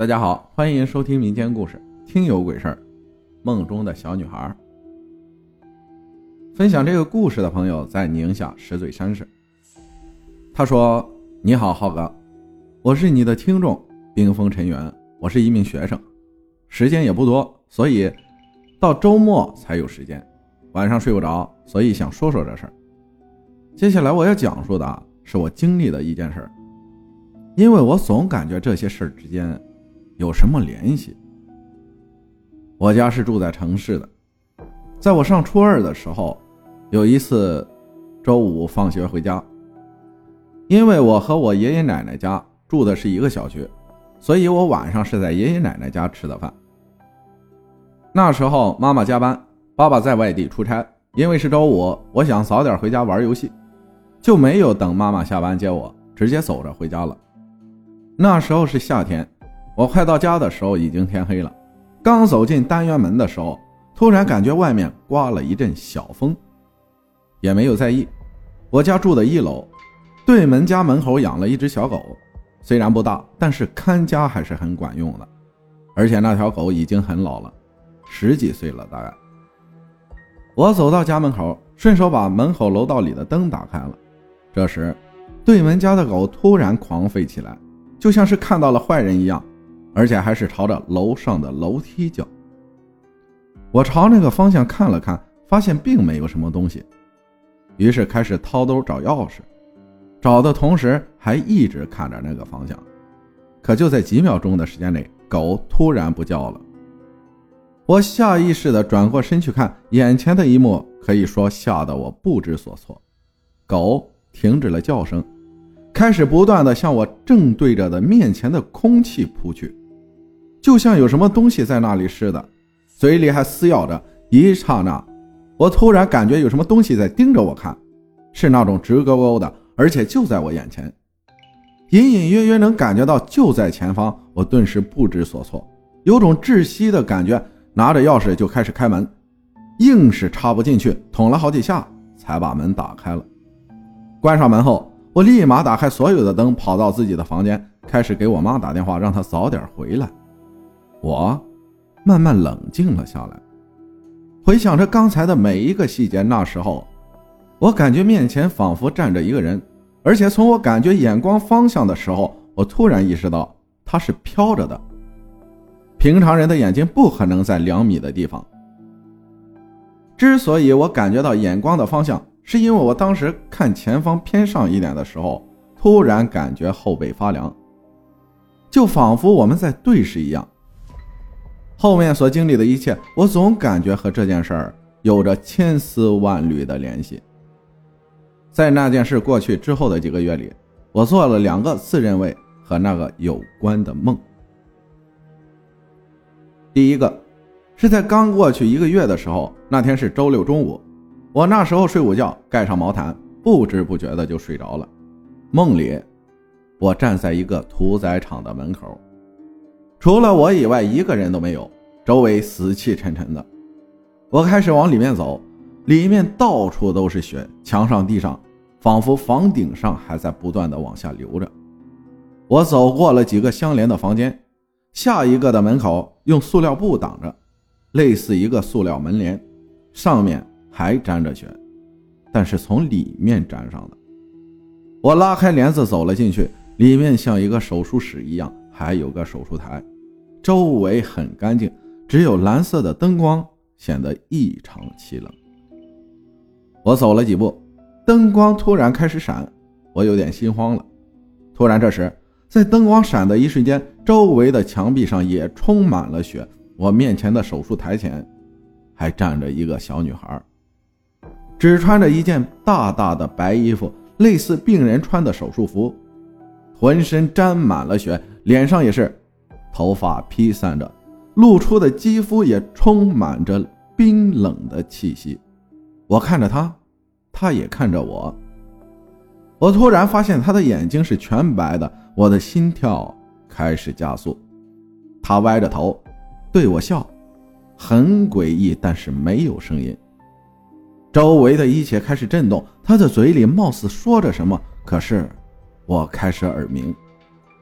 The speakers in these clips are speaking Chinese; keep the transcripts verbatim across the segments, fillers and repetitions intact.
大家好，欢迎收听民间故事听有鬼事儿梦中的小女孩。分享这个故事的朋友在宁夏石嘴山市，他说：你好浩哥，我是你的听众冰封尘缘，我是一名学生，时间也不多，所以到周末才有时间，晚上睡不着，所以想说说这事儿。接下来我要讲述的是我经历的一件事，因为我总感觉这些事儿之间有什么联系。我家是住在城市的，在我上初二的时候，有一次周五放学回家，因为我和我爷爷奶奶家住的是一个小区，所以我晚上是在爷爷奶奶家吃的饭。那时候妈妈加班，爸爸在外地出差，因为是周五，我想早点回家玩游戏，就没有等妈妈下班接我，直接走着回家了。那时候是夏天，我快到家的时候已经天黑了，刚走进单元门的时候，突然感觉外面刮了一阵小风，也没有在意。我家住的一楼，对门家门口养了一只小狗，虽然不大，但是看家还是很管用的，而且那条狗已经很老了，十几岁了大概。我走到家门口，顺手把门口楼道里的灯打开了，这时对门家的狗突然狂吠起来，就像是看到了坏人一样，而且还是朝着楼上的楼梯叫。我朝那个方向看了看，发现并没有什么东西，于是开始掏兜找钥匙，找的同时还一直看着那个方向。可就在几秒钟的时间内，狗突然不叫了。我下意识地转过身去看，眼前的一幕可以说吓得我不知所措。狗停止了叫声，开始不断地向我正对着的面前的空气扑去，就像有什么东西在那里似的，嘴里还撕咬着。一刹那，我突然感觉有什么东西在盯着我看，是那种直勾勾的，而且就在我眼前，隐隐约约能感觉到就在前方。我顿时不知所措，有种窒息的感觉，拿着钥匙就开始开门，硬是插不进去，捅了好几下才把门打开了。关上门后，我立马打开所有的灯，跑到自己的房间，开始给我妈打电话，让她早点回来。我慢慢冷静了下来，回想着刚才的每一个细节。那时候我感觉面前仿佛站着一个人，而且从我感觉眼光方向的时候，我突然意识到他是飘着的。平常人的眼睛不可能在两米的地方。之所以我感觉到眼光的方向，是因为我当时看前方偏上一点的时候，突然感觉后背发凉，就仿佛我们在对视一样。后面所经历的一切，我总感觉和这件事儿有着千丝万缕的联系。在那件事过去之后的几个月里，我做了两个自认为和那个有关的梦。第一个是在刚过去一个月的时候，那天是周六中午，我那时候睡午觉，盖上毛毯，不知不觉的就睡着了。梦里我站在一个屠宰场的门口，除了我以外一个人都没有，周围死气沉沉的。我开始往里面走，里面到处都是血，墙上地上仿佛房顶上还在不断的往下流着。我走过了几个相连的房间，下一个的门口用塑料布挡着，类似一个塑料门帘，上面还沾着血，但是从里面沾上的。我拉开帘子走了进去，里面像一个手术室一样，还有个手术台，周围很干净，只有蓝色的灯光显得异常凄冷。我走了几步，灯光突然开始闪，我有点心慌了。突然这时，在灯光闪的一瞬间，周围的墙壁上也充满了血，我面前的手术台前还站着一个小女孩，只穿着一件大大的白衣服，类似病人穿的手术服，浑身沾满了血，脸上也是，头发披散着，露出的肌肤也充满着冰冷的气息。我看着她，她也看着我。我突然发现她的眼睛是全白的，我的心跳开始加速。她歪着头对我笑，很诡异，但是没有声音。周围的一切开始震动，她的嘴里貌似说着什么，可是我开始耳鸣，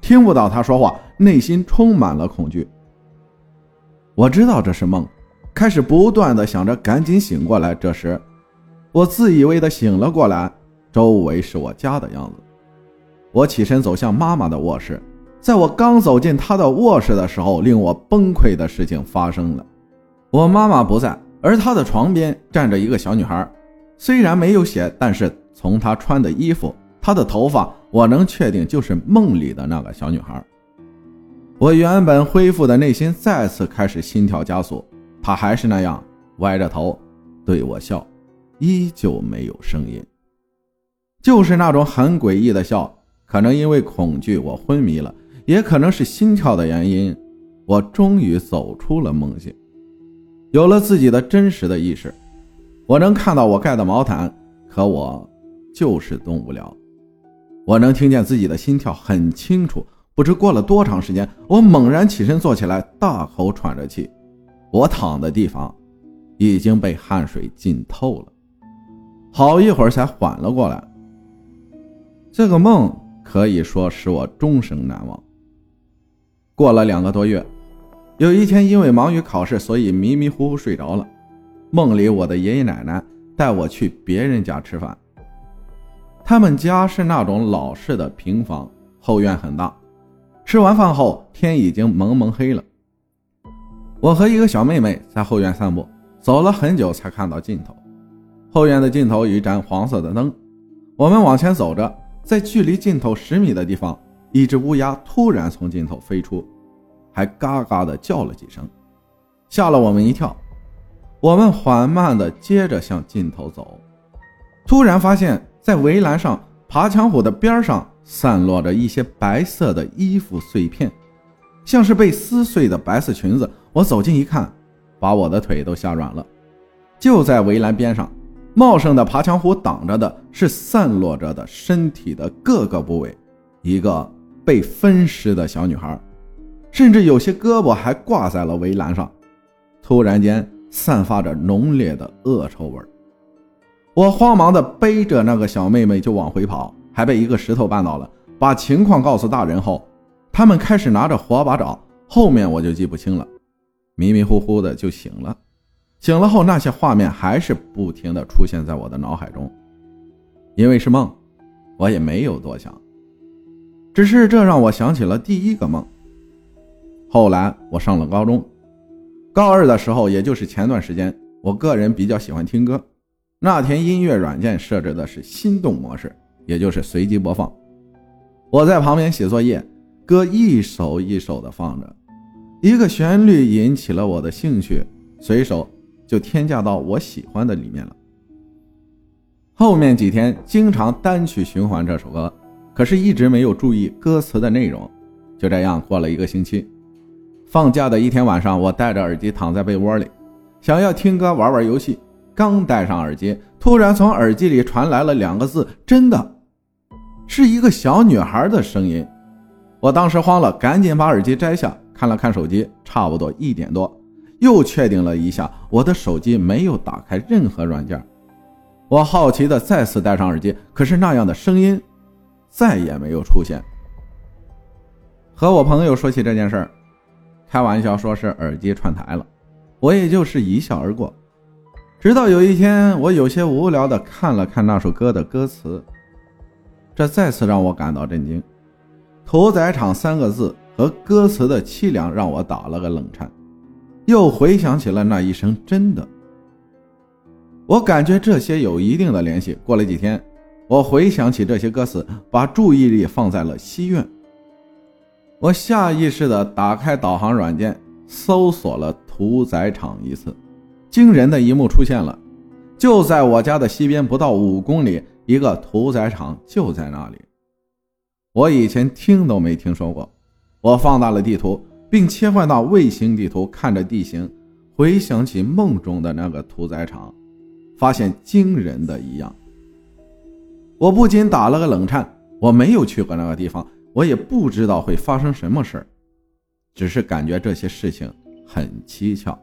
听不到他说话，内心充满了恐惧。我知道这是梦，开始不断地想着赶紧醒过来。这时我自以为的醒了过来，周围是我家的样子。我起身走向妈妈的卧室，在我刚走进她的卧室的时候，令我崩溃的事情发生了。我妈妈不在，而她的床边站着一个小女孩，虽然没有血，但是从她穿的衣服，她的头发，我能确定就是梦里的那个小女孩。我原本恢复的内心再次开始心跳加速，她还是那样歪着头对我笑，依旧没有声音，就是那种很诡异的笑。可能因为恐惧我昏迷了，也可能是心跳的原因，我终于走出了梦境，有了自己的真实的意识。我能看到我盖的毛毯，可我就是动不了。我能听见自己的心跳很清楚。不知过了多长时间，我猛然起身坐起来，大口喘着气。我躺的地方已经被汗水浸透了，好一会儿才缓了过来。这个梦可以说使我终生难忘。过了两个多月，有一天因为忙于考试，所以迷迷糊糊睡着了。梦里我的爷爷奶奶带我去别人家吃饭，他们家是那种老式的平房，后院很大。吃完饭后，天已经蒙蒙黑了。我和一个小妹妹在后院散步，走了很久才看到尽头。后院的尽头有一盏黄色的灯，我们往前走着，在距离尽头十米的地方，一只乌鸦突然从尽头飞出，还嘎嘎地叫了几声，吓了我们一跳。我们缓慢地接着向尽头走，突然发现在围栏上爬墙虎的边上散落着一些白色的衣服碎片，像是被撕碎的白色裙子。我走近一看，把我的腿都吓软了。就在围栏边上，茂盛的爬墙虎挡着的是散落着的身体的各个部位，一个被分尸的小女孩，甚至有些胳膊还挂在了围栏上，突然间散发着浓烈的恶臭味。我慌忙地背着那个小妹妹就往回跑，还被一个石头绊倒了。把情况告诉大人后，他们开始拿着火把找，后面我就记不清了，迷迷糊糊的就醒了。醒了后，那些画面还是不停地出现在我的脑海中。因为是梦，我也没有多想，只是这让我想起了第一个梦。后来我上了高中，高二的时候，也就是前段时间，我个人比较喜欢听歌。那天音乐软件设置的是心动模式，也就是随机播放。我在旁边写作业，歌一首一首的放着，一个旋律引起了我的兴趣，随手就添加到我喜欢的里面了。后面几天经常单曲循环这首歌，可是一直没有注意歌词的内容。就这样过了一个星期，放假的一天晚上，我戴着耳机躺在被窝里，想要听歌玩玩游戏。刚戴上耳机，突然从耳机里传来了两个字，真的是一个小女孩的声音。我当时慌了，赶紧把耳机摘下，看了看手机，差不多一点多，又确定了一下，我的手机没有打开任何软件。我好奇的再次戴上耳机，可是那样的声音再也没有出现。和我朋友说起这件事儿，开玩笑说是耳机串台了，我也就是一笑而过。直到有一天，我有些无聊地看了看那首歌的歌词，这再次让我感到震惊。屠宰场三个字和歌词的凄凉让我打了个冷颤，又回想起了那一声真的。我感觉这些有一定的联系。过了几天，我回想起这些歌词，把注意力放在了西苑。我下意识地打开导航软件，搜索了屠宰场一次。惊人的一幕出现了，就在我家的西边不到五公里，一个屠宰场就在那里。我以前听都没听说过。我放大了地图，并切换到卫星地图，看着地形，回想起梦中的那个屠宰场，发现惊人的一样。我不仅打了个冷颤，我没有去过那个地方，我也不知道会发生什么事，只是感觉这些事情很蹊跷。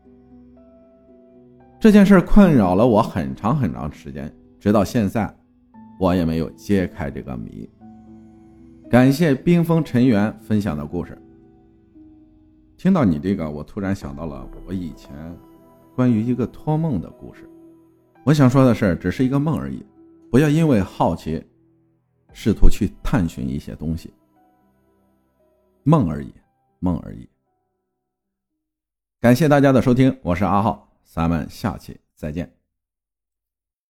这件事困扰了我很长很长时间，直到现在我也没有揭开这个谜。 感谢冰封尘缘分享的故事。听到你这个，我突然想到了我以前关于一个托梦的故事。我想说的是，只是一个梦而已，不要因为好奇试图去探寻一些东西。梦而已，梦而已。感谢大家的收听，我是阿浩，咱们下期再见。